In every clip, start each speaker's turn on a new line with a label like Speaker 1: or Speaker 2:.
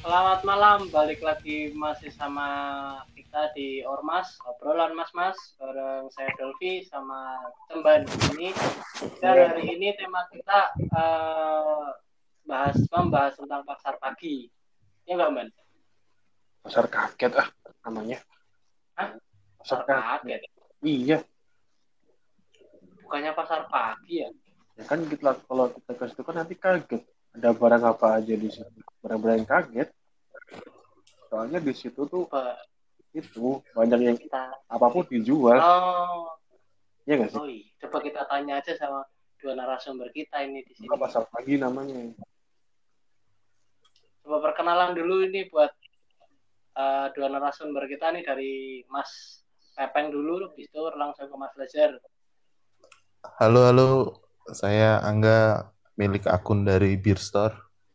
Speaker 1: Selamat malam, balik lagi masih sama kita di Ormas, obrolan mas-mas, bareng saya Dolfi sama Cemban ini. Dan hari ini tema kita membahas tentang pasar pagi. Ya nggak, Ban?
Speaker 2: Pasar kaget namanya.
Speaker 1: Hah? Pasar kaget?
Speaker 2: Iya.
Speaker 1: Bukannya pasar pagi ya?
Speaker 2: Ya kan kalau kita ke situ kan nanti kaget. Ada barang apa aja di situ. Barang-barang yang kaget. Soalnya di situ tuh itu banyak yang
Speaker 1: kita
Speaker 2: apapun dijual.
Speaker 1: Oh.
Speaker 2: Iya nggak sih?
Speaker 1: Oh iya, coba kita tanya aja sama dua narasumber kita ini di sini.
Speaker 2: Pasar pagi namanya.
Speaker 1: Coba perkenalan dulu ini buat dua narasumber kita nih, dari Mas Pepeng dulu, habis itu langsung ke Mas Lezer.
Speaker 3: Halo, saya Angga, milik akun dari Beer Store.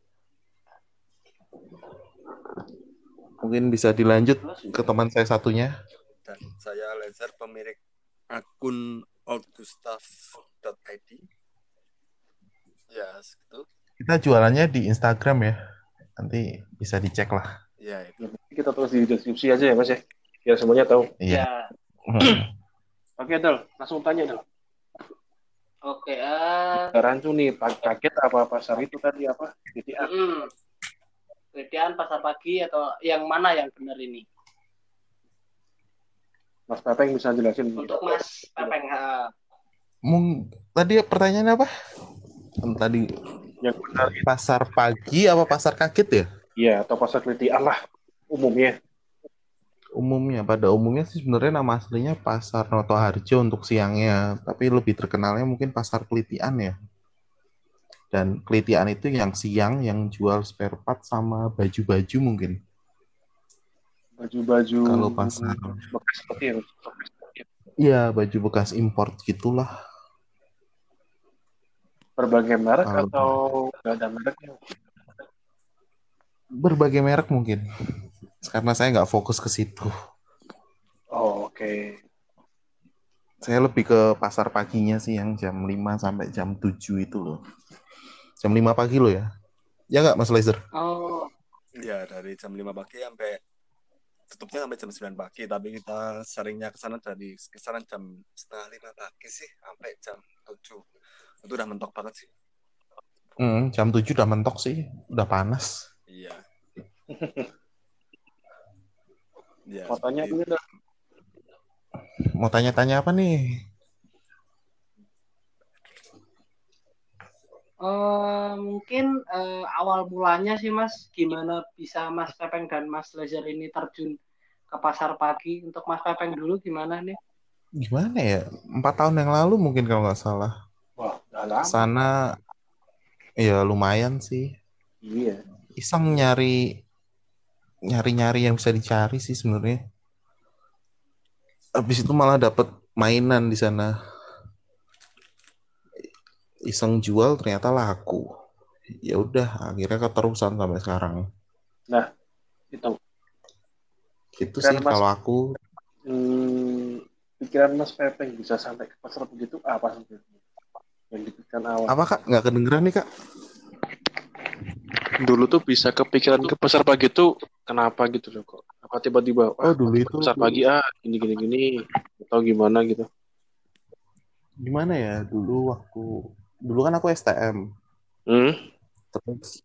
Speaker 3: Mungkin bisa dilanjut ke teman saya satunya.
Speaker 4: Dan saya Lezer, pemilik akun oldgustav.id. Ya, segitu.
Speaker 3: Kita jualannya di Instagram ya. Nanti bisa dicek lah.
Speaker 4: Ya, itu.
Speaker 2: Kita tulis di deskripsi aja ya Mas ya. Biar semuanya tahu.
Speaker 1: Iya.
Speaker 2: Oke, Dal. Langsung tanya, Dal.
Speaker 1: Oke,
Speaker 2: Rancu nih, kaget apa pasar itu tadi apa?
Speaker 1: Kritian pasar pagi atau yang mana yang benar ini?
Speaker 2: Mas Pepeng bisa jelasin.
Speaker 1: Untuk Mas Pepeng.
Speaker 3: Tadi pertanyaannya apa? Tadi
Speaker 2: yang benar
Speaker 3: pasar pagi apa pasar kaget ya?
Speaker 2: Iya, atau pasar kelitian lah umumnya.
Speaker 3: Pada umumnya sih sebenarnya nama aslinya Pasar Noto Harjo untuk siangnya, tapi lebih terkenalnya mungkin Pasar Kelitian ya. Dan Kelitian itu yang siang, yang jual spare part sama baju-baju mungkin.
Speaker 2: Baju-baju
Speaker 3: kalau pasar
Speaker 2: bekas seperti itu.
Speaker 3: Iya, baju bekas import gitulah.
Speaker 2: Berbagai merek atau nggak ada mereknya?
Speaker 3: Berbagai merek mungkin. Karena saya nggak fokus ke situ.
Speaker 2: Oh, oke.
Speaker 3: Saya lebih ke pasar paginya sih, yang jam 5 sampai jam 7 itu loh. Jam 5 pagi loh ya. Ya nggak, Mas Laser?
Speaker 1: Oh.
Speaker 4: Ya, dari jam 5 pagi sampai tutupnya sampai jam 9 pagi. Tapi kita seringnya kesana dari kisaran jam setengah 5 pagi sih sampai jam 7. Itu udah mentok banget sih.
Speaker 3: Jam 7 udah mentok sih. Udah panas.
Speaker 4: Iya. Ya,
Speaker 3: mau tanya-tanya apa nih?
Speaker 1: Mungkin awal mulanya sih Mas, gimana bisa Mas Pepeng dan Mas Lezer ini terjun ke pasar pagi? Untuk Mas Pepeng dulu gimana nih?
Speaker 3: Gimana ya? 4 tahun yang lalu mungkin kalau nggak salah.
Speaker 2: Wah, udah lama.
Speaker 3: Sana ya lumayan sih.
Speaker 2: Iya.
Speaker 3: Iseng nyari yang bisa dicari sih sebenarnya. Habis itu malah dapet mainan di sana. Iseng jual ternyata laku. Ya udah, akhirnya keterusan sampai sekarang.
Speaker 2: Nah, itu.
Speaker 3: Gitu sih kalau aku.
Speaker 2: Pikiran Mas Pepeng bisa sampai ke pasar begitu apa sebenarnya? Yang dipikirkan awal.
Speaker 3: Apa Kak? Nggak kedengeran nih Kak?
Speaker 2: Dulu tuh bisa kepikiran ke pasar pagi tuh kenapa gitu loh kok? Apa tiba-tiba
Speaker 3: dulu itu
Speaker 2: pasar pagi gini atau gimana gitu?
Speaker 3: Gimana ya, dulu kan aku STM. Terus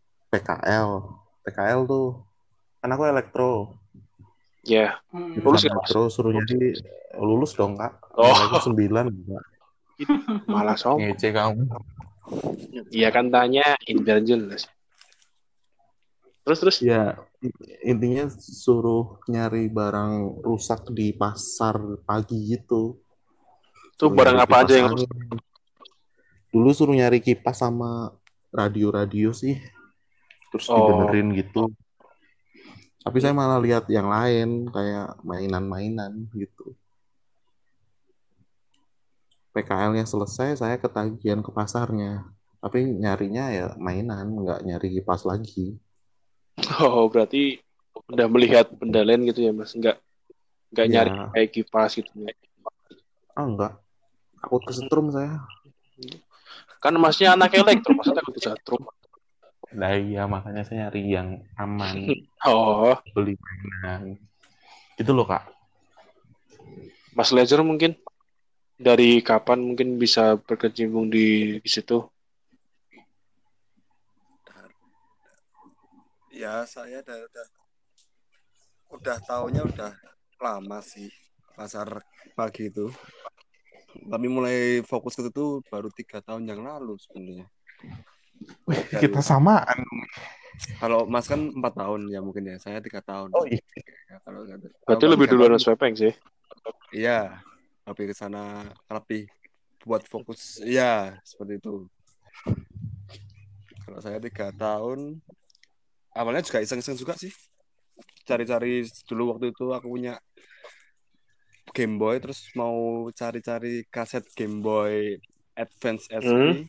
Speaker 3: PKL tuh kan aku elektro.
Speaker 2: Ya.
Speaker 3: Lulus elektro, suruh nyari lulus dong Kak. Aku 9 enggak.
Speaker 2: Malah sombong.
Speaker 3: Ngece kamu.
Speaker 2: Iya kan tanya biar jelas. Terus
Speaker 3: ya intinya suruh nyari barang rusak di pasar pagi gitu.
Speaker 2: Tuh barang apa aja yang rusak?
Speaker 3: Dulu suruh nyari kipas sama radio sih, terus dibenerin gitu. Tapi saya malah lihat yang lain kayak mainan gitu. PKL-nya selesai, saya ketagihan ke pasarnya. Tapi nyarinya ya mainan, nggak nyari kipas lagi.
Speaker 2: Oh, berarti udah melihat benda lain gitu ya Mas? Nggak nyari kayak kipas gitu ya?
Speaker 3: Enggak. Takut kesetrum saya.
Speaker 2: Kan Masnya anak elektro, masa takut kesetrum?
Speaker 3: Nah iya makanya saya nyari yang aman,
Speaker 2: Oh,
Speaker 3: beli mainan. Gitu loh Kak.
Speaker 2: Mas Lezer mungkin dari kapan mungkin bisa berkecimpung di situ?
Speaker 4: Ya saya udah taunya udah lama sih pasar pagi itu. Tapi mulai fokus ke itu baru 3 tahun yang lalu sebenarnya.
Speaker 3: Kita
Speaker 4: Dan
Speaker 3: samaan.
Speaker 4: kalau Mas kan 4 tahun ya mungkin ya, saya 3 tahun.
Speaker 3: Oh iya.
Speaker 4: Ya,
Speaker 2: Berarti
Speaker 4: kalau
Speaker 2: lebih
Speaker 4: 3 tahun,
Speaker 2: duluan Mas Pepeng sih.
Speaker 4: iya lebih ke sana lebih buat fokus, ya seperti itu. Kalau saya 3 tahun, awalnya juga iseng-iseng juga sih, cari-cari dulu waktu itu aku punya Game Boy, terus mau cari-cari kaset Game Boy Advance SP,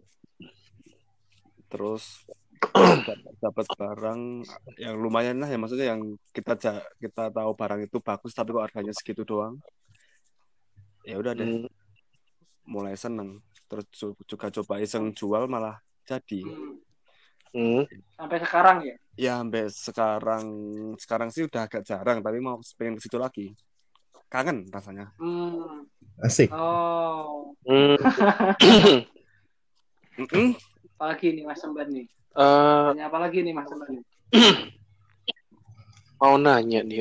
Speaker 4: terus dapat barang yang lumayan lah ya, maksudnya yang kita tahu barang itu bagus tapi kok harganya segitu doang. Ya udah deh, mulai seneng, terus juga coba iseng jual malah jadi.
Speaker 1: Sampai sekarang ya?
Speaker 4: Ya sampai sekarang sih udah agak jarang, tapi mau pengen ke situ lagi, kangen rasanya.
Speaker 3: Asik.
Speaker 1: Oh. Apalagi nih Mas Semban nih? Tanya apa lagi nih Mas Semban nih?
Speaker 2: Mau nanya nih,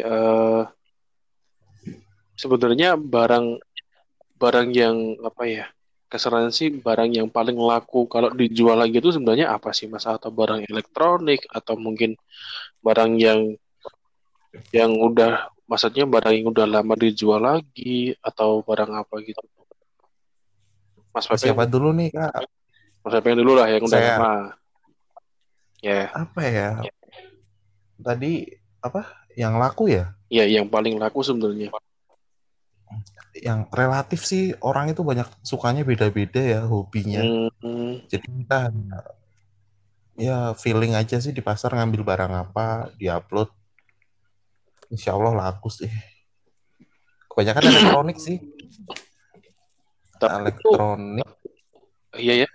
Speaker 2: sebenarnya barang yang apa ya, keseruan sih barang yang paling laku kalau dijual lagi itu sebenarnya apa sih Mas? Atau barang elektronik atau mungkin barang yang udah, maksudnya barang yang udah lama dijual lagi atau barang apa gitu? Mas Pepeng,
Speaker 3: Siapa dulu nih Kak?
Speaker 2: Mas Pepeng dulu lah yang udah
Speaker 3: Saya
Speaker 2: lama. Ya.
Speaker 3: apa ya? Tadi apa? Yang laku ya?
Speaker 2: Ya, yang paling laku sebenarnya.
Speaker 3: Yang relatif sih orang itu banyak sukanya beda-beda ya hobinya. Jadi kita ya feeling aja sih di pasar ngambil barang apa, diupload. Insya Allah laku sih. Kebanyakan elektronik sih.
Speaker 2: Tapi
Speaker 3: Elektronik.
Speaker 2: Iya ya.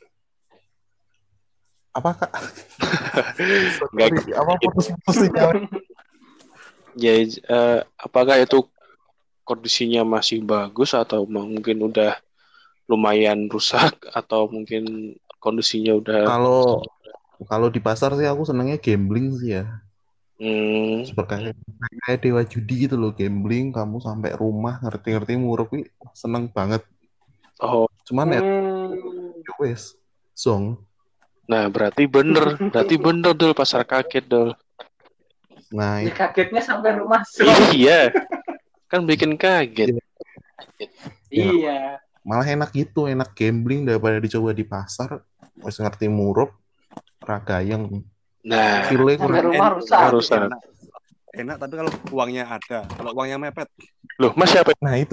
Speaker 3: Apa Kak?
Speaker 2: Enggak.
Speaker 3: Apa putus-putusnya?
Speaker 2: Ya, apakah itu kondisinya masih bagus atau mungkin udah lumayan rusak atau mungkin kondisinya udah.
Speaker 3: Kalau di pasar sih aku senengnya gambling sih ya. Seperti kayak dewa judi gitu loh, gambling kamu sampai rumah ngerti-ngerti muruk, seneng banget.
Speaker 2: Oh.
Speaker 3: Cuman ya wes song.
Speaker 2: Nah, berarti bener dul pasar kaget dul.
Speaker 3: Nah,
Speaker 1: ya, kagetnya sampai rumah.
Speaker 2: Iya. Kan bikin kaget.
Speaker 1: Iya.
Speaker 3: Malah enak gitu, enak gambling daripada dicoba di pasar. Wes ngerti muruk, ragayeng.
Speaker 2: Nah,
Speaker 1: sampai rumah rusak.
Speaker 4: Enak, tapi kalau uangnya ada, kalau uangnya mepet.
Speaker 2: Loh, Mas siapa?
Speaker 3: Nah, itu.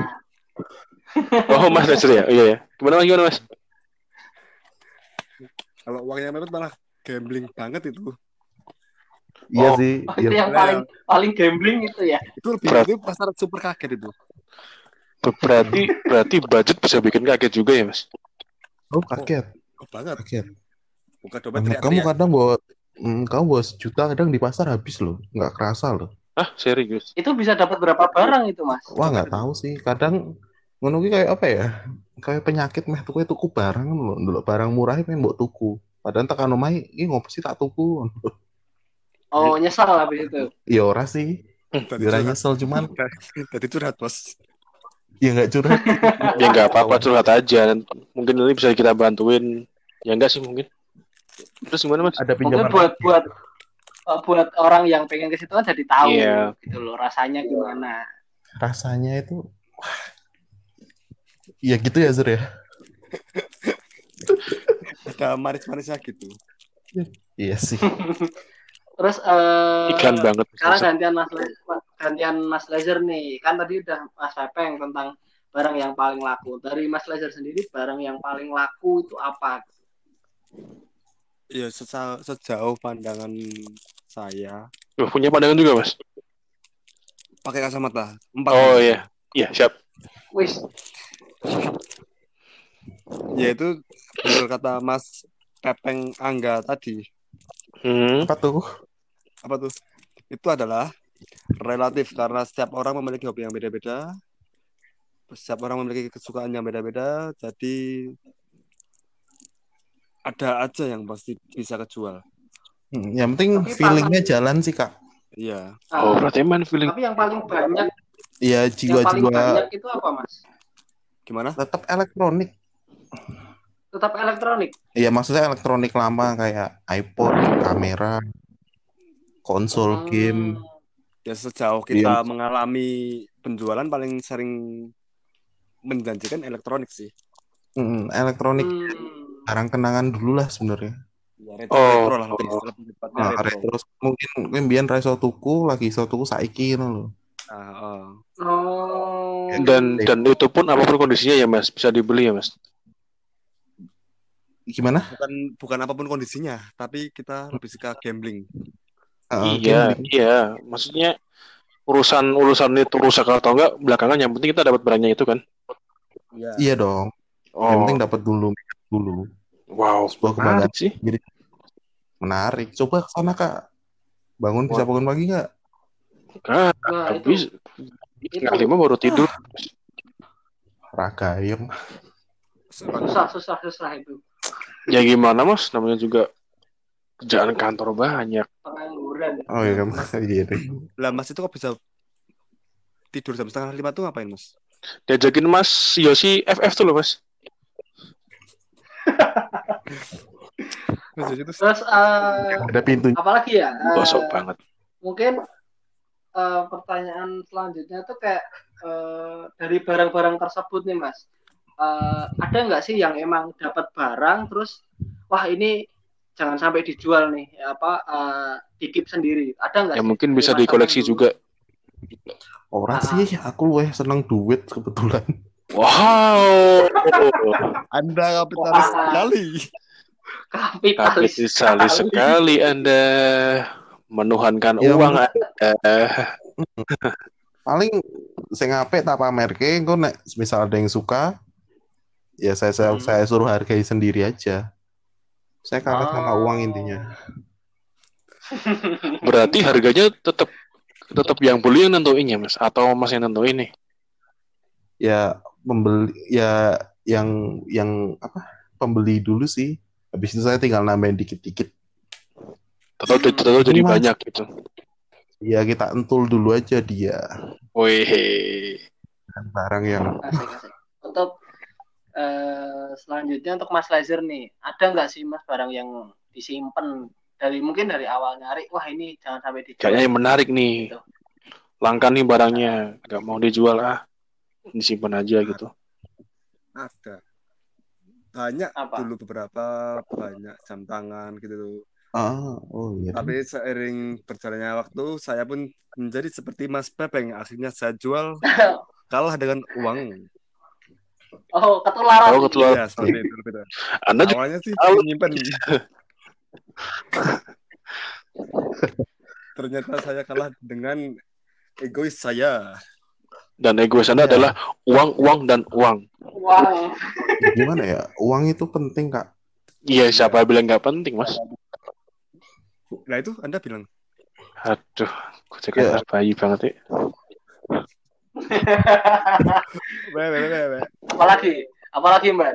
Speaker 2: Oh, Mas Lezer ya? Iya ya. Gimana Mas?
Speaker 4: Kalau uangnya mepet malah gambling banget itu.
Speaker 3: Iya sih.
Speaker 1: Itu yang paling gambling itu ya.
Speaker 4: Itu lebih pasar super kaget itu.
Speaker 2: Berarti budget bisa bikin kaget juga ya, Mas?
Speaker 3: Oh, kaget.
Speaker 4: Banget.
Speaker 3: Kaget.
Speaker 4: Bukan dompet teriak-teriak.
Speaker 3: Kamu kadang kamu bawa sejuta kadang di pasar habis loh, nggak kerasa loh.
Speaker 2: Ah, serius?
Speaker 1: Itu bisa dapat berapa barang itu, Mas?
Speaker 3: Wah, nggak tahu sih. Kadang menunggu kayak apa ya? Kayak penyakit meh tuku barang loh. Dulu barang murah pengen mbok tuku. Padahal tekan omah iki ngopo sih tak tuku.
Speaker 1: Oh, nyesal habis itu.
Speaker 3: Ya ora sih. Kira nyesel cuman
Speaker 4: tadi curhat, Bos.
Speaker 3: Ya nggak curhat.
Speaker 2: Ya nggak apa-apa, curhat aja. Mungkin ini bisa kita bantuin. Ya enggak sih mungkin. Terus gimana, Mas?
Speaker 3: Ada pinjaman
Speaker 1: buat orang yang pengen ke situ kan jadi tahu gitu loh rasanya gimana.
Speaker 3: Rasanya itu ya gitu ya, Zur ya.
Speaker 4: Ada manis-manisnya gitu.
Speaker 3: Iya sih.
Speaker 1: Terus
Speaker 2: iklan banget.
Speaker 1: Sekarang gantian Mas Lezer nih. Kan tadi udah Mas Pepeng tentang barang yang paling laku. Dari Mas Lezer sendiri barang yang paling laku itu apa?
Speaker 4: Ya sejauh pandangan saya.
Speaker 2: Punya pandangan juga, Mas?
Speaker 4: Pakai kacamata. 4.
Speaker 2: Oh iya. Iya, siap.
Speaker 1: Wis.
Speaker 4: Ya itu benar kata Mas Pepeng Angga tadi.
Speaker 2: Hmm.
Speaker 3: Apa tuh?
Speaker 4: Itu adalah relatif karena setiap orang memiliki hobi yang beda-beda. Setiap orang memiliki kesukaan yang beda-beda. Jadi ada aja yang pasti bisa kejual.
Speaker 3: Yang penting
Speaker 1: Tapi
Speaker 3: feelingnya jalan sih Kak.
Speaker 4: Iya.
Speaker 2: Oh, berarti main feeling.
Speaker 1: Tapi yang paling banyak
Speaker 3: Ya jiwa-jiwa
Speaker 1: itu apa, Mas?
Speaker 4: Gimana?
Speaker 3: tetap elektronik.
Speaker 1: Tetap elektronik.
Speaker 3: Iya maksudnya elektronik lama kayak iPod, kamera, konsol game.
Speaker 4: Ya sejauh kita mengalami penjualan paling sering menjanjikan elektronik sih.
Speaker 3: Elektronik barang kenangan dulu lah sebenarnya.
Speaker 4: Ya, retro lah lebih tepatnya
Speaker 3: retro. Mungkin mbiyen ra iso tuku, lagi iso tuku saiki ngono lho.
Speaker 2: Dan itu pun apapun kondisinya ya Mas, bisa dibeli ya Mas.
Speaker 3: Gimana?
Speaker 4: Bukan apapun kondisinya, tapi kita lebih suka gambling.
Speaker 2: Iya. Maksudnya urusan itu rusak atau enggak belakangan, yang penting kita dapat barangnya itu kan.
Speaker 3: Iya dong. Yang penting dapat dulu.
Speaker 2: Wow,
Speaker 3: sebuah kebanggaan
Speaker 2: sih.
Speaker 3: Jadi menarik. Coba ke sana Kak. Bisa bangun pagi nggak?
Speaker 2: Enggak, habis setengah 5 baru tidur.
Speaker 3: Ragayem.
Speaker 1: Susah itu.
Speaker 2: Ya gimana Mas, namanya juga kerjaan kantor banyak.
Speaker 1: Pengangguran.
Speaker 3: Oh iya kan. Iya deh.
Speaker 4: Lah Mas itu kok bisa tidur jam 4:30 tuh ngapain Mas?
Speaker 2: Diajakin Mas Yosi FF tuh loh Mas.
Speaker 1: Terus
Speaker 3: ada pintu.
Speaker 1: Apalagi ya?
Speaker 2: Gosok banget.
Speaker 1: Mungkin pertanyaan selanjutnya tuh kayak dari barang-barang tersebut nih Mas. Ada nggak sih yang emang dapat barang terus wah ini jangan sampai dijual nih dikip sendiri, ada nggak
Speaker 2: ya
Speaker 1: sih?
Speaker 2: Mungkin bisa dikoleksi juga.
Speaker 3: Orang sih aku seneng duit kebetulan.
Speaker 2: Wow.
Speaker 4: Anda kapitalis sekali.
Speaker 1: Kapitalis
Speaker 2: sekali Anda menuhankan uang
Speaker 3: paling sing apik tak pamerke engko nek misal ada yang suka ya saya suruh hargai sendiri aja. Saya kalah sama uang intinya.
Speaker 2: Berarti harganya tetap yang beli yang nentuin ya Mas, atau Mas yang nentuin nih?
Speaker 3: Ya pembeli ya yang pembeli dulu sih. Habis itu saya tinggal nambahin dikit-dikit.
Speaker 2: Tahu jadi banyak gitu.
Speaker 3: Ya kita entul dulu aja dia.
Speaker 2: Wih.
Speaker 3: Barang yang
Speaker 1: asik. Untuk selanjutnya untuk Mas Lazer nih, ada nggak sih Mas barang yang disimpan mungkin dari awal nyari, wah ini jangan sampai dijual.
Speaker 2: Kayaknya yang menarik nih, gitu. Langka nih barangnya, nggak mau dijual disimpan aja gitu.
Speaker 4: Ada banyak dulu banyak jam tangan gitu.
Speaker 3: Iya.
Speaker 4: Tapi seiring berjalannya waktu, saya pun menjadi seperti Mas Pepeng. Akhirnya saya jual, kalah dengan uang.
Speaker 1: Ketularan.
Speaker 4: Ya, seperti itu.
Speaker 2: Anda
Speaker 4: awalnya sih menyimpan. Ternyata saya kalah dengan egois saya.
Speaker 2: Dan egois Anda adalah uang dan uang.
Speaker 3: Gimana ya? Uang itu penting, Kak.
Speaker 2: Iya, siapa bilang nggak penting, Mas?
Speaker 4: Nah itu Anda bilang.
Speaker 2: Aduh, gue cekap bayi banget ya.
Speaker 1: Apalagi Mbak?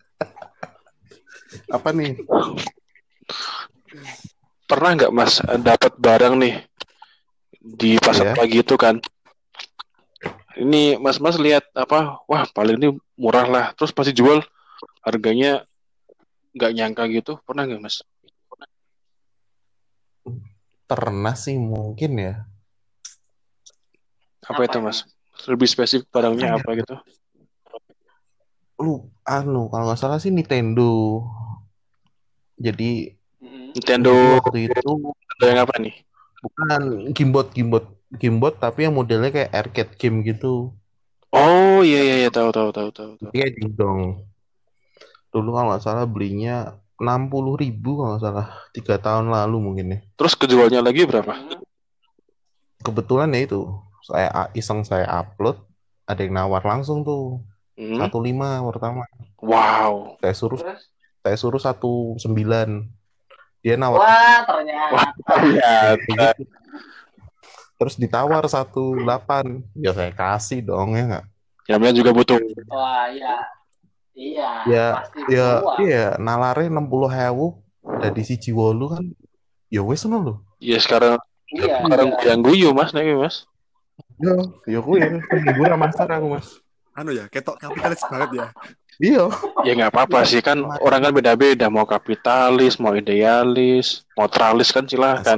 Speaker 3: Apa nih?
Speaker 2: Pernah nggak Mas dapat barang nih di pasar pagi itu kan? Ini Mas lihat wah paling ini murah lah, terus pasti jual harganya nggak nyangka gitu, pernah nggak Mas?
Speaker 3: Pernah sih mungkin ya.
Speaker 2: Apa itu Mas? Lebih spesifik barangnya apa gitu?
Speaker 3: Kalau nggak salah sih Nintendo. Jadi
Speaker 2: Nintendo
Speaker 3: waktu itu
Speaker 2: yang apa nih?
Speaker 3: Bukan gamebot tapi yang modelnya kayak arcade game gitu.
Speaker 2: Oh iya tahu.
Speaker 3: Iya dong. Dulu kalau nggak salah belinya 60.000 kalau nggak salah 3 tahun lalu mungkin ya.
Speaker 2: Terus kejualnya lagi berapa?
Speaker 3: Kebetulan ya itu saya upload, ada yang nawar langsung tuh 1.5 pertama.
Speaker 2: Wow.
Speaker 3: Saya suruh Saya suruh 19. Dia nawar
Speaker 1: Wah, ternyata.
Speaker 2: Ya,
Speaker 3: kayak gitu. Terus ditawar 18. Ya saya kasih dong, ya nggak?
Speaker 2: namanya juga butuh.
Speaker 1: Wah, iya. Iya,
Speaker 3: Ya,
Speaker 1: pasti butuh uang.
Speaker 3: iya, nalare 60.000 dari siji wolu kan. Ya wes ngono lho.
Speaker 2: Ya sekarang
Speaker 1: Iya.
Speaker 2: yang guyu mas, nih mas.
Speaker 3: Ya kuwi hiburan master aku, Mas.
Speaker 4: Ya, ketok kapitalis banget ya.
Speaker 3: Iya.
Speaker 2: Ya nggak apa-apa sih kan orang kan beda-beda, mau kapitalis, mau idealis, mau tralis kan silahkan.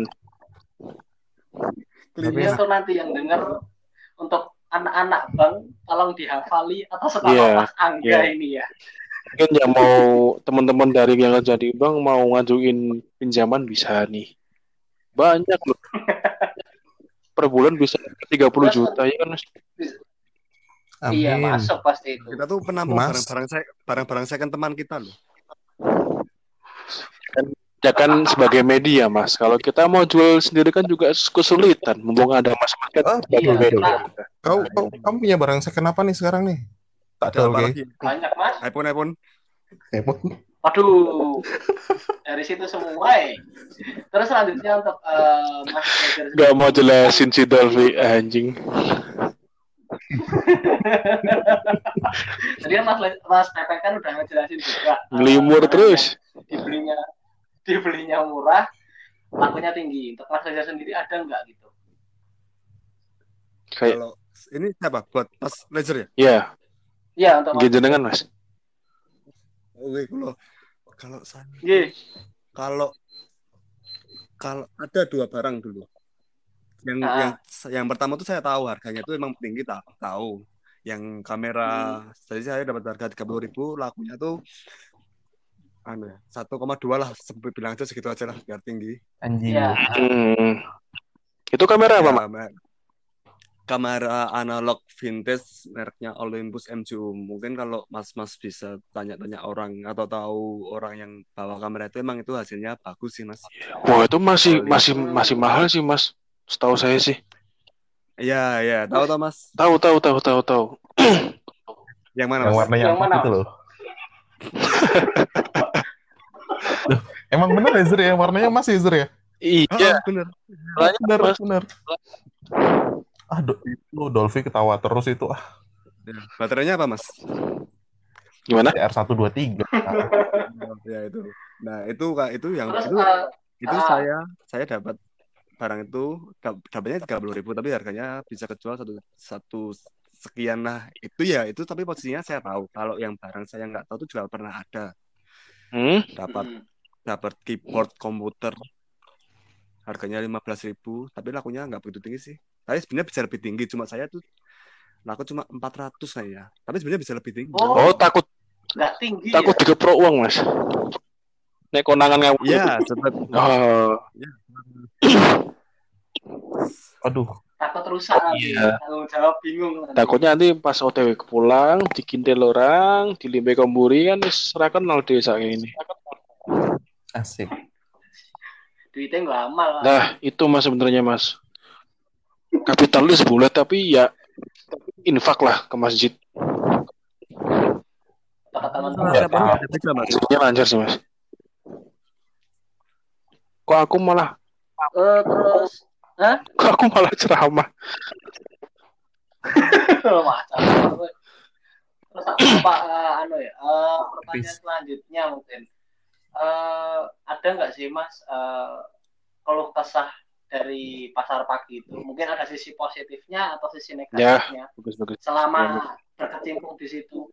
Speaker 3: Tapi
Speaker 1: Ini tuh nanti yang denger untuk anak-anak bang, tolong dihafali atau sekolah
Speaker 2: Iya,
Speaker 1: Mas Angga
Speaker 2: iya.
Speaker 1: ini ya.
Speaker 2: Mungkin yang mau teman-teman dari yang kerja di bank mau ngajuin pinjaman bisa nih. Banyak loh. Per bulan bisa 30 juta ya kan mas?
Speaker 3: amin.
Speaker 1: Iya, masuk pasti itu.
Speaker 4: Kita tuh penampung
Speaker 3: Mas.
Speaker 4: barang-barang second teman kita loh.
Speaker 2: Ya kan sebagai media mas. Kalau kita mau jual sendiri kan juga kesulitan. Mumpung ada mas kan
Speaker 1: Iya,
Speaker 2: media.
Speaker 1: nah,
Speaker 3: Kamu punya barang second apa nih sekarang nih? Tak
Speaker 4: Ada
Speaker 3: ada
Speaker 4: apa
Speaker 3: oke.
Speaker 4: lagi?
Speaker 1: banyak mas.
Speaker 4: iPhone.
Speaker 1: Waduh, dari situ semua. Terus selanjutnya untuk Mas Fajar
Speaker 2: Gak mau jelasin si Dolphy anjing.
Speaker 1: Tadi kan Mas Pepeng kan udah ngejelasin juga.
Speaker 2: Ngelimur terus.
Speaker 1: Dibelinya murah, lakunya tinggi. Untuk Mas Fajar sendiri ada nggak gitu?
Speaker 2: Kayak
Speaker 4: Kalau ini siapa? Buat Mas Ledger ya?
Speaker 2: ya,
Speaker 1: Iya, untuk Mas.
Speaker 2: jenengan mas.
Speaker 4: Oke, kalau saya
Speaker 1: Iya.
Speaker 4: kalau ada 2 barang dulu. Yang pertama tuh saya tahu harganya itu emang tinggi, tahu. Yang kamera jadi saya dapat harga 30.000, lakunya tuh 1,2 lah, sampai bilang aja segitu aja lah biar tinggi.
Speaker 3: Anjing.
Speaker 1: Iya.
Speaker 2: Itu kamera apa
Speaker 4: Ya,
Speaker 2: mas?
Speaker 4: kamera analog vintage mereknya Olympus MJU. Mungkin kalau mas bisa tanya-tanya orang atau tahu orang yang bawa kamera itu, emang itu hasilnya bagus sih mas.
Speaker 2: Wah itu masih mahal sih mas. Setahu saya sih.
Speaker 4: Iya, tahu toh mas.
Speaker 2: Tahu.
Speaker 4: Yang mana
Speaker 3: Yang
Speaker 4: mas?
Speaker 3: warnanya
Speaker 1: Yang mana,
Speaker 3: itu loh. Loh, emang bener ya Zer ya? Warnanya emas ya Zer ya?
Speaker 2: Iya.
Speaker 4: Bener.
Speaker 3: Bener. Itu Dolphy ketawa terus itu.
Speaker 4: Ya, baterainya apa mas?
Speaker 2: Gimana?
Speaker 3: R123.
Speaker 4: Ya itu. Nah itu yang
Speaker 1: Terus,
Speaker 4: itu saya dapat barang itu dapatnya 30.000, tapi harganya bisa kejual satu sekian lah. Itu tapi posisinya saya tahu. Kalau yang barang saya nggak tahu itu juga pernah ada. Dapat keyboard komputer harganya 15.000, tapi lakunya nggak begitu tinggi sih. Tapi sebenarnya bisa lebih tinggi, cuma saya tuh laku cuma 400 saya. Tapi sebenarnya bisa lebih tinggi.
Speaker 2: Oh takut
Speaker 1: nggak tinggi.
Speaker 2: Takut
Speaker 1: ya?
Speaker 2: digeprok uang mas. Nek konangan ngawur.
Speaker 4: Iya, sempat.
Speaker 3: Aduh.
Speaker 1: Takut rusak nanti. Tanggung jawab bingung.
Speaker 2: Takutnya nanti pas OTW pulang dikintil orang, dilimbe komburi kan ora kenal desa ini.
Speaker 3: Asik.
Speaker 1: Duitnya nggak amal.
Speaker 2: Nah, itu mas sebenarnya mas. Kapitalis boleh tapi ya infak lah ke masjid. Maksudnya lancar sih mas. Kok aku malah
Speaker 1: terus
Speaker 2: Kok aku malah ceramah?
Speaker 1: Terus apa pertanyaan selanjutnya mungkin ada nggak sih mas keluh kesah dari pasar pagi itu? Mungkin ada sisi positifnya atau sisi negatifnya?
Speaker 2: Ya, bagus.
Speaker 1: Selama berkecimpung di situ.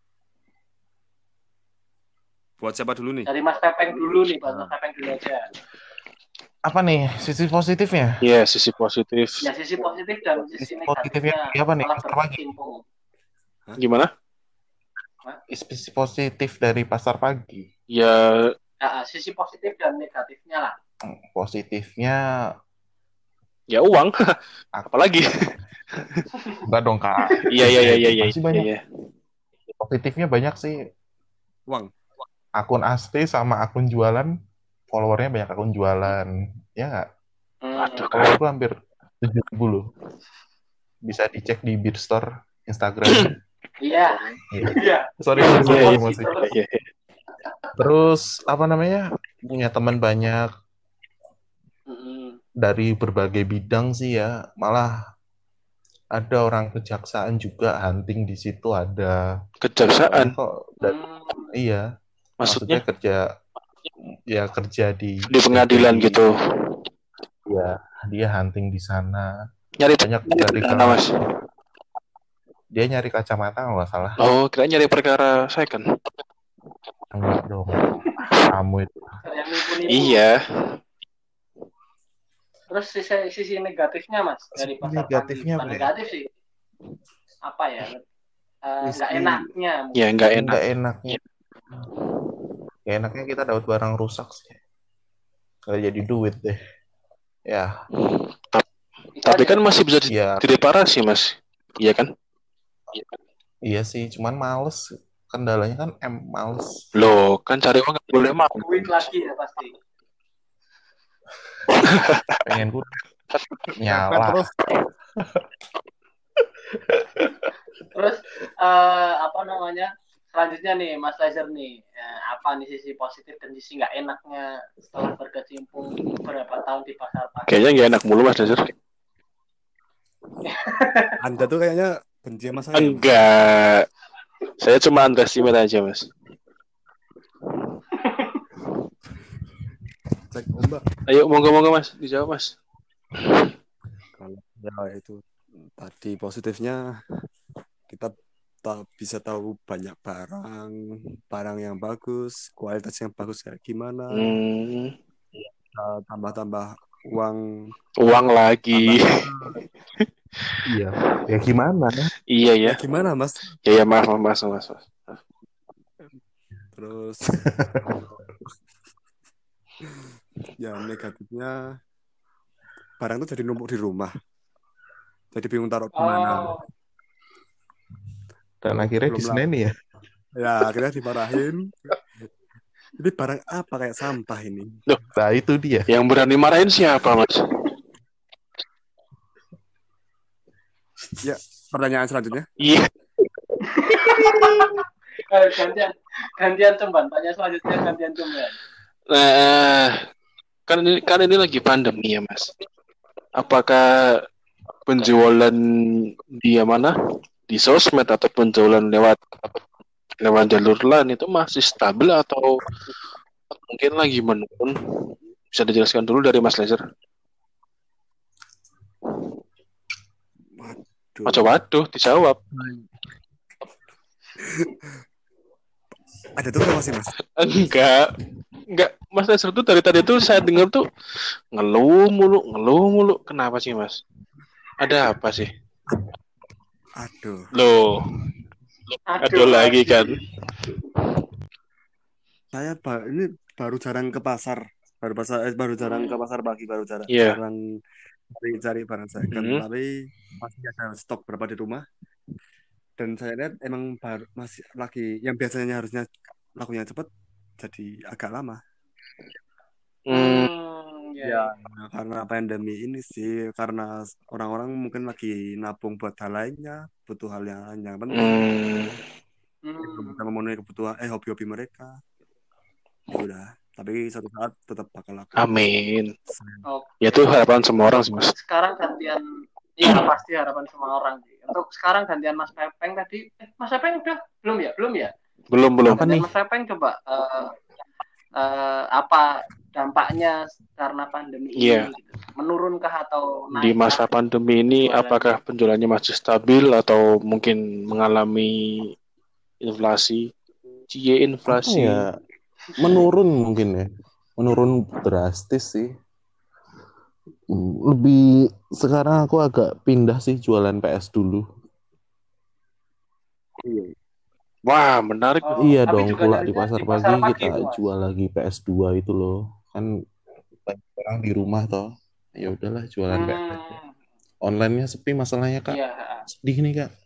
Speaker 4: Buat siapa dulu nih?
Speaker 1: Dari Mas Pepeng dulu nih, Mas Pepeng dulu aja.
Speaker 3: Apa nih sisi positifnya?
Speaker 2: Iya, sisi positif.
Speaker 1: Ya, sisi positif dan sisi
Speaker 3: negatifnya apa nih?
Speaker 1: Pasar pagi.
Speaker 2: Gimana?
Speaker 3: Sisi positif dari pasar pagi.
Speaker 2: Ya,
Speaker 1: sisi positif dan negatifnya lah.
Speaker 3: Positifnya
Speaker 2: ya uang. Apalagi?
Speaker 3: Enggak dong Kak.
Speaker 2: Iya.
Speaker 3: Masih banyak. Positifnya banyak sih.
Speaker 4: Uang.
Speaker 3: Akun asli sama akun jualan, followernya banyak akun jualan, ya nggak?
Speaker 2: Aduh,
Speaker 3: follower gue hampir 7.000 loh. Bisa dicek di Beatstore Instagram.
Speaker 1: Iya.
Speaker 3: Sorry masih. Terus apa namanya? Punya teman banyak
Speaker 1: Mm-mm.
Speaker 3: dari berbagai bidang sih ya. Malah ada orang kejaksaan juga hunting di situ ada. Banyak
Speaker 2: Kejaksaan,
Speaker 3: kok.
Speaker 1: Hmm.
Speaker 3: Iya, maksudnya
Speaker 2: maksudnya
Speaker 3: kerja di
Speaker 2: di pengadilan
Speaker 3: TPI.
Speaker 2: gitu.
Speaker 3: Ya, dia hunting di sana.
Speaker 2: Nyari
Speaker 3: Banyak
Speaker 2: nyari
Speaker 3: dari
Speaker 2: perkara, Mas.
Speaker 3: dia nyari kacamata kalau nggak salah.
Speaker 2: Oh, kira nyari perkara second.
Speaker 3: Enggak dong. Kamu itu.
Speaker 1: Yang nipu-nipu.
Speaker 2: Iya,
Speaker 1: Terus sisi negatifnya Mas dari
Speaker 3: Sisi
Speaker 1: pasar pagi,
Speaker 3: negatifnya
Speaker 1: bukan
Speaker 3: apa ya?
Speaker 1: negatif sih, apa ya? Nggak
Speaker 3: Sisi
Speaker 1: enaknya
Speaker 2: ya
Speaker 1: mungkin.
Speaker 2: nggak enak.
Speaker 3: nggak enaknya. Nggak enaknya kita dapat barang rusak sih. Nggak jadi duit deh. Ya,
Speaker 1: Itu
Speaker 2: Tapi
Speaker 1: aja.
Speaker 2: kan masih bisa
Speaker 3: ya
Speaker 2: direparasi, Mas. Iya kan?
Speaker 3: iya sih. Cuman males. Kendalanya kan males.
Speaker 2: Loh, kan cari uang nggak boleh mau.
Speaker 1: Duit lagi ya pasti.
Speaker 3: Pengen ku
Speaker 4: Ngepet
Speaker 3: nyala.
Speaker 4: terus.
Speaker 1: Terus apa namanya? Selanjutnya nih Mas Lazer nih, apa nih sisi positif dan sisi nggak enaknya setelah berkecimpung beberapa tahun di pasar pagi?
Speaker 2: Kayaknya nggak enak mulu, Mas Dasar.
Speaker 4: Anda tuh kayaknya benci sama saya, Mas.
Speaker 2: Enggak. Saya cuma underestimate aja, Mas.
Speaker 4: Cek Mbak.
Speaker 2: Ayo, monggo Mas, dijawab Mas.
Speaker 4: Kalau ya itu tadi positifnya kita bisa tahu banyak barang yang bagus, kualitas yang bagus kayak gimana, tambah uang
Speaker 2: lagi.
Speaker 3: Iya. Ya gimana?
Speaker 2: Iya ya.
Speaker 4: Ya gimana Mas?
Speaker 2: Ya maaf.
Speaker 4: Terus ya negatifnya barang itu jadi numpuk di rumah. Jadi bingung taruh di mana.
Speaker 3: Dan akhirnya diseneni ya.
Speaker 4: Ya, akhirnya dimarahin. Ini barang apa kayak sampah ini?
Speaker 2: Loh,
Speaker 3: nah itu dia.
Speaker 2: Yang berani marahin siapa, Mas?
Speaker 4: Ya, pertanyaan selanjutnya.
Speaker 2: Iya.
Speaker 1: Gantian cemban. Tanya selanjutnya gantian cemban.
Speaker 2: Kan ini lagi pandemi ya, Mas. Apakah penjualan di mana? Di sosmed atau penjualan lewat jalur lain itu masih stabil atau mungkin lagi menurun? Bisa dijelaskan dulu dari Mas Lazer. Waduh, dijawab.
Speaker 4: Ada tuh apa sih, Mas?
Speaker 2: Enggak. Mas Lazer tuh dari tadi tuh saya dengar tuh ngeluh mulu. Kenapa sih, Mas? Ada apa sih?
Speaker 4: Aduh.
Speaker 2: Loh. Aduh lagi kan.
Speaker 4: Saya ini baru jarang ke pasar. Baru jarang ke pasar pagi, jarang cari barang second, tapi masih ada stok berapa di rumah. Dan saya lihat emang masih lagi yang biasanya harusnya lakunya cepat jadi agak lama. Ya, karena pandemi ini sih, karena orang-orang mungkin lagi nabung buat hal lainnya, butuh hal yang penting, belum bisa memenuhi kebutuhan hobi-hobi mereka. Ya udah, tapi suatu saat tetap bakal laku.
Speaker 2: Amin. Ya itu harapan semua orang sih, Mas.
Speaker 1: Sekarang gantian, iya pasti harapan semua orang. Untuk sekarang gantian Mas Pepeng tadi, Mas Pepeng udah belum ya?
Speaker 2: Belum.
Speaker 1: Apa nih? Mas Pepeng coba apa dampaknya karena pandemi ini? Gitu. Menurunkah atau naik?
Speaker 2: Di masa pandemi ini apakah penjualannya masih stabil atau mungkin mengalami inflasi? Inflasi.
Speaker 3: Apa ya? Menurun mungkin ya. Menurun drastis sih. Lebih sekarang aku agak pindah sih jualan PS dulu.
Speaker 2: Wah, menarik.
Speaker 3: Iya dong, pula di pasar pagi kita jual lagi PS2 itu loh. Kan banyak orang di rumah toh. Ya udahlah jualan PS. Online-nya sepi masalahnya, Kak.
Speaker 1: Iya.
Speaker 3: Sedih nih, Kak.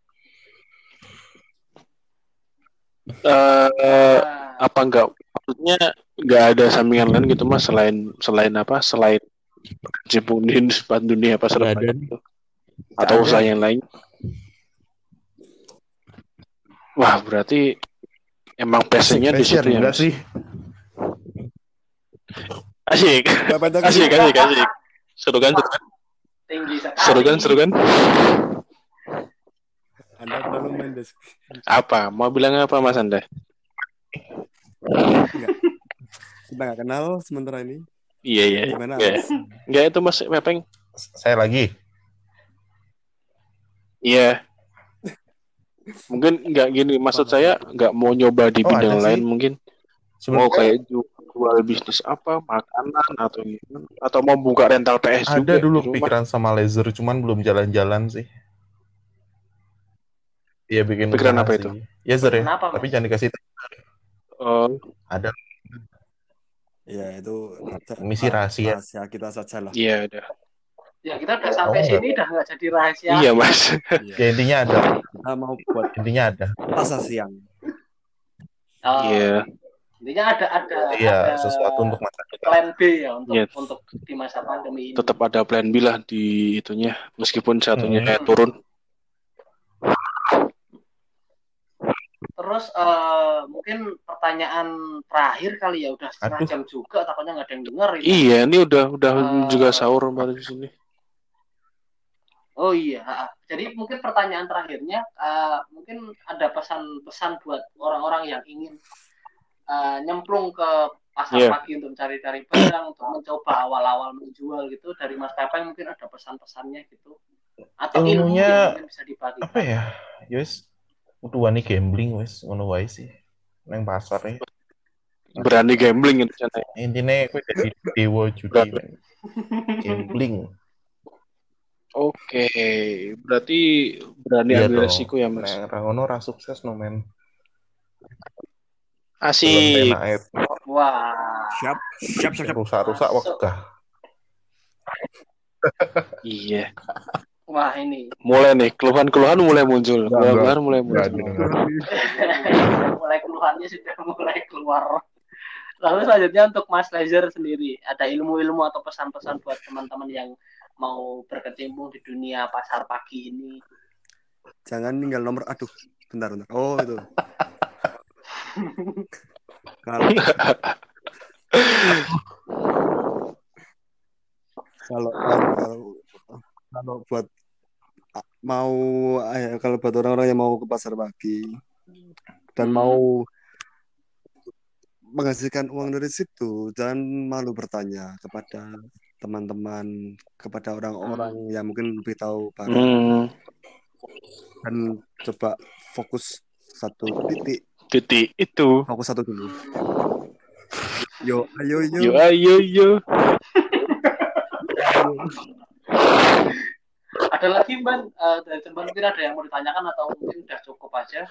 Speaker 2: Apa enggak? Maksudnya enggak ada sampingan lain gitu Mas selain berkecimpung di dunia pasar pagi itu? Atau usaha yang lain? Wah, berarti Emang passionnya di situ ya,
Speaker 3: enggak
Speaker 2: Mas?
Speaker 3: sih?
Speaker 2: Asik. Asik. Seru kan?
Speaker 1: Tinggi sekali.
Speaker 2: Seru kan?
Speaker 4: Anda terlalu mendes.
Speaker 2: Apa? Mau bilang apa, Mas Anda?
Speaker 4: Kita nggak kenal sementara ini.
Speaker 2: Iya.
Speaker 4: Gimana?
Speaker 2: Enggak itu Mas Mepeng.
Speaker 3: Saya lagi.
Speaker 2: Iya. Mungkin nggak gini, maksud saya nggak mau nyoba di bidang lain, mungkin mau kayak jual bisnis apa, makanan atau gimana, atau mau buka rental PS juga.
Speaker 3: Ada dulu pikiran sama laser, cuman belum jalan-jalan sih. Iya bikin
Speaker 2: pikiran apa
Speaker 3: sih.
Speaker 2: itu?
Speaker 3: Ya Zer ya,
Speaker 1: Kenapa,
Speaker 3: tapi jangan dikasih. Ada.
Speaker 4: Ya itu
Speaker 3: misi rahasia.
Speaker 4: Rahasia kita saja lah.
Speaker 2: Iya udah.
Speaker 1: Ya kita udah sampai sini udah nggak jadi rahasia.
Speaker 2: Iya Mas.
Speaker 3: Ya intinya ada.
Speaker 4: Kita mau buat
Speaker 3: Intinya ada.
Speaker 4: pasar siang.
Speaker 2: Iya.
Speaker 1: Intinya ada
Speaker 3: Iya, sesuatu untuk masa depan.
Speaker 1: plan B ya untuk di masa pandemi ini.
Speaker 2: Tetap ada plan B lah di itunya, meskipun satunya turun.
Speaker 1: Terus mungkin pertanyaan terakhir kali ya, udah setengah jam juga, takutnya nggak ada yang dengar.
Speaker 2: Iya, ini udah juga sahur baru di sini.
Speaker 1: Oh iya, jadi mungkin pertanyaan terakhirnya, mungkin ada pesan-pesan buat orang-orang yang ingin nyemplung ke pasar pagi untuk cari-cari barang, untuk mencoba awal-awal menjual gitu. Dari Mas Pepeng mungkin ada pesan-pesannya gitu, atau ilmunya yang bisa dibagikan. Apa
Speaker 3: ya? Yes. Udah wani gambling wes ngono wae sih nang pasar ya.
Speaker 2: Berani gambling itu contohnya.
Speaker 3: Intine kowe jadi dewa judi. Gambling.
Speaker 2: Oke, berarti berani ambil resiko ya Mas.
Speaker 3: Nek ra ngono ra sukses no men.
Speaker 2: Asik.
Speaker 1: Wah.
Speaker 4: Siap.
Speaker 3: Rusak wegah.
Speaker 2: Iya.
Speaker 1: Wah ini.
Speaker 2: Mulai nih, keluhan-keluhan mulai muncul. Keluhan mulai muncul.
Speaker 1: Mulai keluhannya sudah mulai keluar. Lalu selanjutnya untuk Mas Laser sendiri, ada ilmu-ilmu atau pesan-pesan buat teman-teman yang mau berkecimpung di dunia pasar pagi ini?
Speaker 4: Jangan tinggal nomor. Aduh, bentar. Oh itu. Kalau buat kalau buat orang-orang yang mau ke pasar pagi dan mau menghasilkan uang dari situ, jangan malu bertanya kepada teman-teman, kepada orang-orang yang mungkin lebih tahu barang, dan coba fokus satu titik
Speaker 2: itu.
Speaker 4: Fokus satu dulu. Yo.
Speaker 1: Ada lagi Mbak, dari teman mungkin ada yang mau ditanyakan atau mungkin udah cukup aja?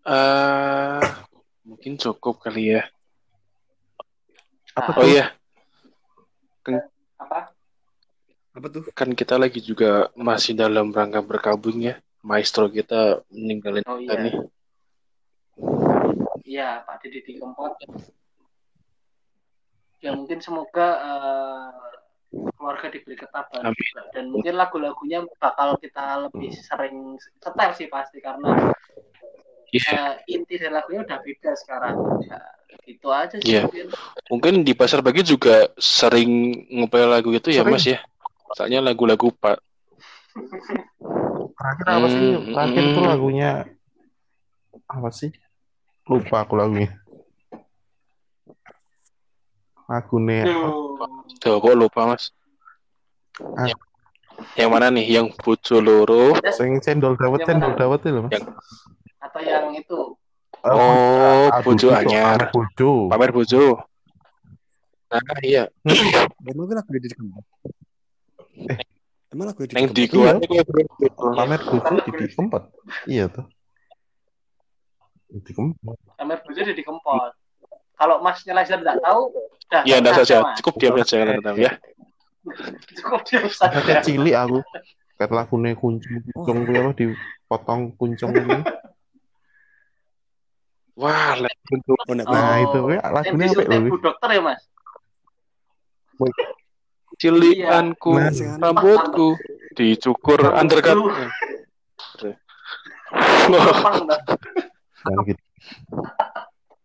Speaker 2: Mungkin cukup kali ya.
Speaker 1: Apa
Speaker 2: iya.
Speaker 1: Apa tuh?
Speaker 2: Kan kita lagi juga masih dalam rangka berkabung ya. Maestro kita meninggalin kita nih.
Speaker 1: Iya, Pak Didi Kempot. Ya mungkin semoga keluarga diberi ketabahan juga, dan mungkin lagu-lagunya bakal kita lebih sering setel sih pasti, karena inti dari lagunya udah beda sekarang. Itu aja sih.
Speaker 2: Mungkin di pasar pagi juga sering ngepel lagu itu ya Mas ya. Soalnya lagu-lagu Pak.
Speaker 3: Terakhir apa sih? Terakhir itu lagunya apa sih? Lupa aku lagunya. Lagunya.
Speaker 2: Tuh, kok lupa Mas? Yang mana nih? Yang Bojo Loro?
Speaker 3: Sing cendol dawet itu loh Mas.
Speaker 1: Atau yang itu?
Speaker 2: Bojo Anyar. Pamer Bojo. Nah, iya.
Speaker 4: Emang lagu di Kempot? Emang lagu di
Speaker 3: Kempot? Pamer Bojo di Kempot. Iya tuh. Di Kempot.
Speaker 1: Pamer Bojo di Kempot. Kalau Mas Laser tidak tahu,
Speaker 2: ya enggak saja. Cukup diam saja kalau tahu ya.
Speaker 1: Cukup diam saja.
Speaker 3: Kayak cilik aku. Kayak lagune kuncung kuwi apa dipotong kuncung ini.
Speaker 2: Wah,
Speaker 3: nah itu lagunya apa
Speaker 1: lho? Dokter ya, Mas?
Speaker 2: Cilikanku, rambutku dicukur undercut.
Speaker 3: Dan gitu.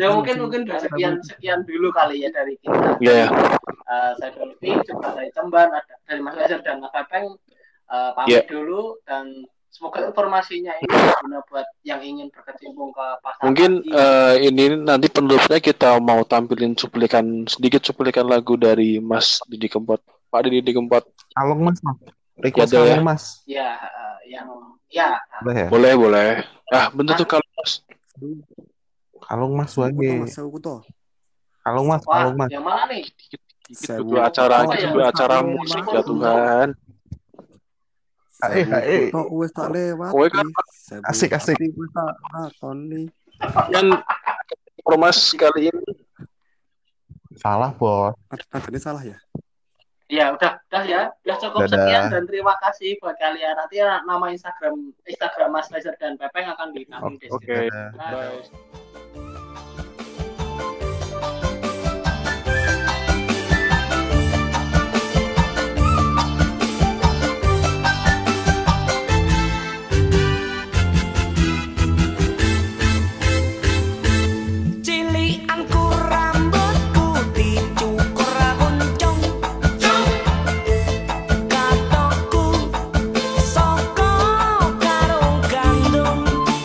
Speaker 1: Ya mungkin udah sekian dulu kali ya dari kita.
Speaker 2: Iya.
Speaker 1: Saya Dolphy, coba dari Cemban, ada dari Mas Lazer dan Mas Pepeng, pamit dulu dan semoga informasinya ini berguna buat yang ingin berkecimpung ke pasar.
Speaker 2: Mungkin ini nanti penulisnya kita mau tampilin sedikit cuplikan lagu dari Mas Didi Kempot, Pak Didi Kempot.
Speaker 3: Kalung Mas, request
Speaker 2: Ya,
Speaker 3: Kalung Mas.
Speaker 1: Ya,
Speaker 3: Boleh ya?
Speaker 2: Boleh. Bener tuh Kalung Mas.
Speaker 3: Kalung Mas wage. Kalung Mas,
Speaker 1: Wah,
Speaker 3: Kalung Mas.
Speaker 1: yang mana nih?
Speaker 2: Itu acara musik ya Tuhan.
Speaker 5: Wes tak lewat.
Speaker 2: Kowe kan
Speaker 3: Asik.
Speaker 5: Wes tak lakoni.
Speaker 2: yang promas kali ini
Speaker 3: Salah, Bos.
Speaker 5: Ini salah ya?
Speaker 1: Ya udah ya cukup
Speaker 3: Dadah.
Speaker 1: sekian dan terima kasih buat kalian. Nanti nama Instagram Mas Lazer dan Pepeng akan ditaruh di
Speaker 2: Oke.
Speaker 1: deskripsi.
Speaker 2: Bye.
Speaker 6: Cilianku rambutku dicukur kuncung, katokku saka karung gandum,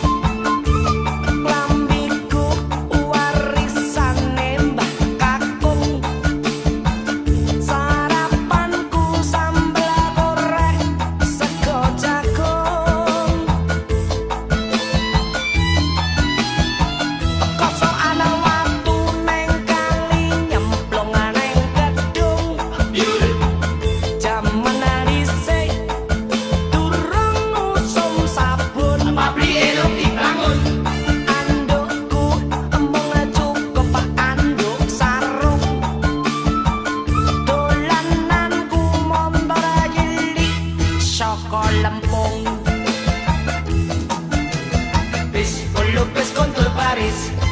Speaker 6: klambiku warisane mbah kakung, sarapanku sambel goreng sego jagung. Kosok ana watu neng kali nyemplung neng gedung. Jaman dhisik durung usum sabun. Pabrike dibangun. Andukku embung cukup anduk sarung. Dolananku motor cilik saka Lempung. Bis kontur Paris.